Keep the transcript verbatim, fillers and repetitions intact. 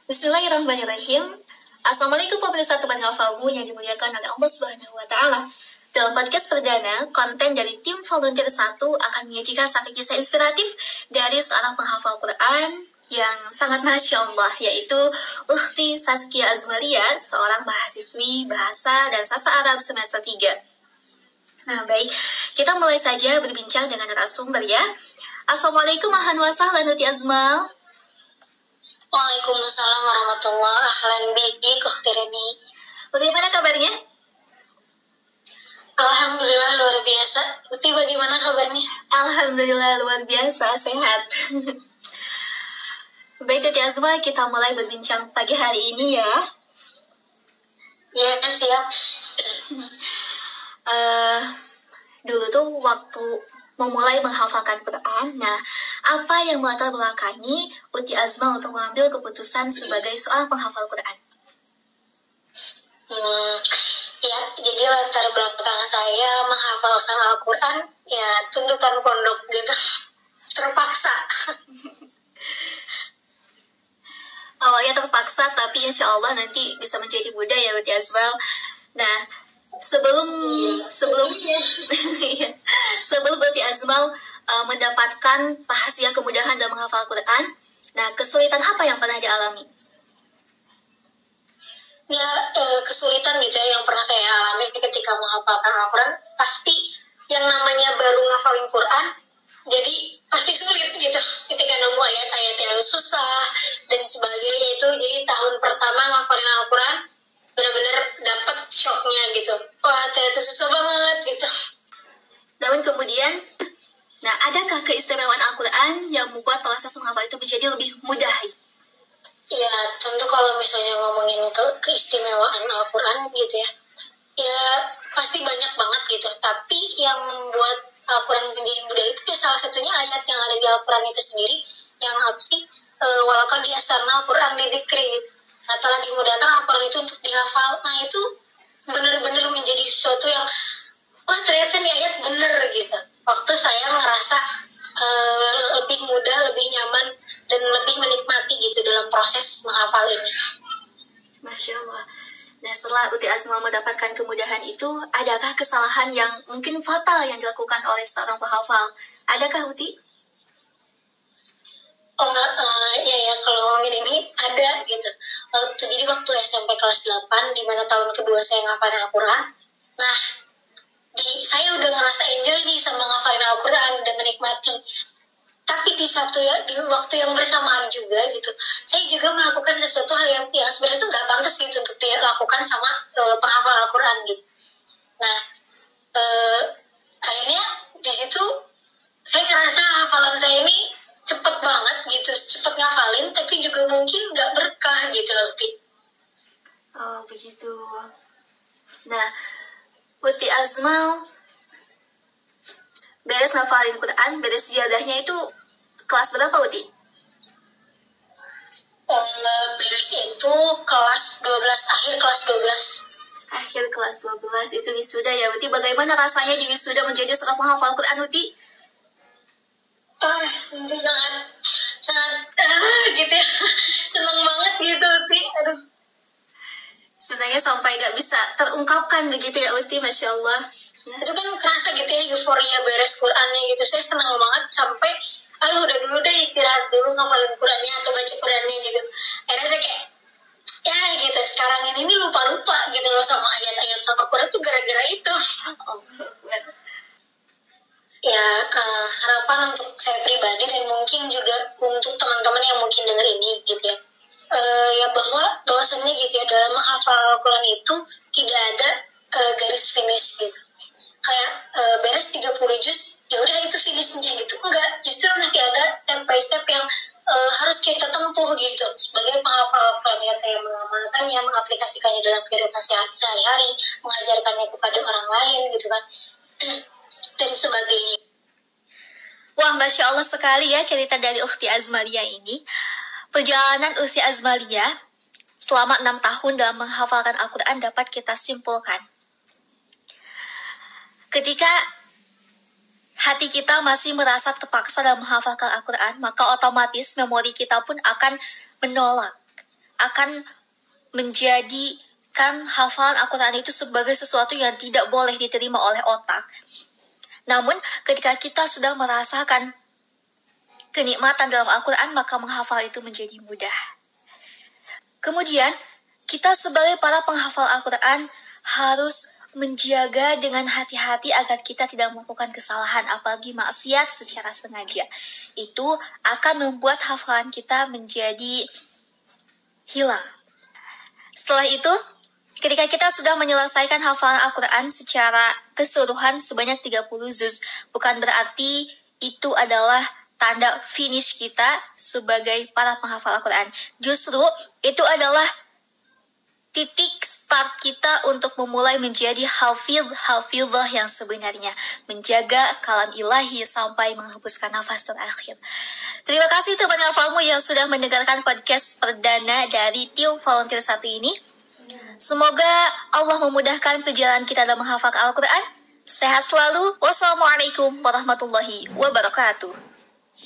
Bismillahirrahmanirrahim. Assalamualaikum pemirsa teman ngafalmu yang dimuliakan oleh Allah Subhanahu wa taala. Dalam podcast perdana, konten dari tim volunteer satu akan menyajikan satu kisah inspiratif dari seorang penghafal Quran yang sangat masya Allah, yaitu Ukhti Saskia Azmalia, seorang mahasiswi bahasa dan sastra Arab semester tiga. Nah baik, kita mulai saja berbincang dengan narasumber ya. Assalamualaikum warahmatullahi wabarakatuh, Ukhti Azmal. Waalaikumsalam warahmatullahi wabarakatuh. Biki Kohtireni. Bagaimana kabarnya? Alhamdulillah luar biasa. Uti bagaimana kabarnya? Alhamdulillah luar biasa, sehat. Baik Ukhti Azmal, kita mulai berbincang pagi hari ini ya. Ya siap. uh, Dulu tuh waktu memulai menghafalkan Quran, nah apa yang melatar belakangi Ukhti Azmal untuk mengambil keputusan sebagai seorang penghafal Quran? Hmm, ya, jadi latar belakang saya menghafalkan Al-Quran ya tuntutan pondok gitu, terpaksa. Awalnya terpaksa, tapi insya Allah nanti bisa menjadi mudah ya Ukhti Azmal. Nah, sebelum sebelum sebelum Ukhti Azmal uh, mendapatkan rahasia kemudahan dalam menghafal Quran, nah kesulitan apa yang pernah dialami? Ya eh, kesulitan gitu ya yang pernah saya alami ketika menghafalkan Al-Quran, pasti yang namanya baru ngafalin Quran, jadi pasti sulit gitu ketika nemu ayat-ayat yang susah dan sebagainya itu. Jadi tahun pertama ngafalin Al-Quran benar-benar dapat shocknya gitu, wah ternyata susah banget gitu. Namun kemudian, nah adakah keistimewaan Al-Quran yang membuat proses menghafal itu menjadi lebih mudah? Ya tentu kalau misalnya ngomongin ke keistimewaan Al-Quran gitu ya, ya pasti banyak banget gitu. Tapi yang membuat Al-Quran menjadi mudah itu ya salah satunya ayat yang ada di Al-Quran itu sendiri, yang apa sih, e, walaupun diasarna Al-Quran didikri gitu. Nah telah dimudahkan Al-Quran itu untuk dihafal. Nah itu benar-benar menjadi sesuatu yang wah ternyata nih ayat bener gitu. Waktu saya ngerasa e, lebih mudah, lebih nyaman dan lebih menikmati gitu dalam proses menghafal ini. Masya Allah. Nah setelah Ukhti Azmal mendapatkan kemudahan itu, adakah kesalahan yang mungkin fatal yang dilakukan oleh seorang penghafal? Adakah Ukhti? Oh enggak, uh, ya ya kalau ngomongin ini ada gitu. Waktu, jadi waktu S M P kelas delapan, di mana tahun kedua saya ngafalin Al-Quran. Nah, di, saya udah ngerasa enjoy nih sama ngafalin Al-Quran dan menikmati. Tapi di satu ya, di waktu yang bersamaan juga gitu, saya juga melakukan sesuatu hal yang, yang sebenarnya itu nggak pantas gitu untuk dilakukan sama uh, penghafal Al-Quran gitu. Nah, uh, akhirnya di situ saya ngerasa hafalan saya ini cepet banget gitu, cepet ngafalin, tapi juga mungkin nggak berkah gitu Ukhti. Oh begitu. Nah, Ukhti Azmal beres ngafalin Quran, beres ijazahnya itu kelas berapa Ukhti? Um, beres itu kelas dua belas, akhir kelas dua belas. Akhir kelas dua belas itu wisuda ya Ukhti. Bagaimana rasanya di wisuda menjadi seorang penghafal Quran Ukhti? Ah, itu sangat sangat ah, gitu ya. Seneng banget gitu Ukhti. Aduh. Senangnya sampai gak bisa terungkapkan begitu ya Ukhti, Masya Allah. Ya. Itu kan kerasa gitu ya, euforia beres Qurannya gitu. Saya senang banget sampai aduh udah dulu deh istirahat dulu ngapalin Qurannya atau baca Qurannya gitu. Akhirnya saya kayak ya gitu, sekarang ini, ini lupa-lupa gitu loh sama ayat-ayat Al-Quran tuh gara-gara itu. Oh, ya uh, harapan untuk saya pribadi dan mungkin juga untuk teman-teman yang mungkin denger ini gitu ya, uh, ya bahwa bahwasannya gitu ya, dalam menghafal Al-Quran itu tidak ada uh, garis finish gitu. Kayak uh, beres tiga puluh juz, ya udah itu finishnya gitu. Enggak, justru masih ada step by step yang uh, harus kita tempuh gitu sebagai penghafal Al-Quran ya, kayak mengamalkannya, mengaplikasikannya dalam kehidupan sehari-hari, mengajarkannya kepada orang lain gitu kan. Dan sebagainya. Wah, Masya Allah sekali ya cerita dari Ukhti Azmalia ini. Perjalanan Ukhti Azmalia selama enam tahun dalam menghafalkan Al-Quran dapat kita simpulkan. Ketika hati kita masih merasa terpaksa dalam menghafalkan Al-Quran, maka otomatis memori kita pun akan menolak akan menjadikan hafalan Al-Quran itu sebagai sesuatu yang tidak boleh diterima oleh otak. Namun ketika kita sudah merasakan kenikmatan dalam Al-Quran, maka menghafal itu menjadi mudah. Kemudian kita sebagai para penghafal Al-Quran harus menjaga dengan hati-hati agar kita tidak melakukan kesalahan, apalagi maksiat secara sengaja. Itu akan membuat hafalan kita menjadi hilang. Setelah itu, ketika kita sudah menyelesaikan hafalan Al-Quran secara keseluruhan sebanyak tiga puluh juz, bukan berarti itu adalah tanda finish kita sebagai para penghafal Al-Quran. Justru itu adalah titik start kita untuk memulai menjadi hafidh hafidhah yang sebenarnya, menjaga kalam ilahi sampai menghembuskan nafas terakhir. Terima kasih teman hafalmu yang sudah mendengarkan podcast perdana dari tim volunteer satu ini. Semoga Allah memudahkan perjalanan kita dalam menghafal Al-Quran. Sehat selalu. Wassalamualaikum warahmatullahi wabarakatuh.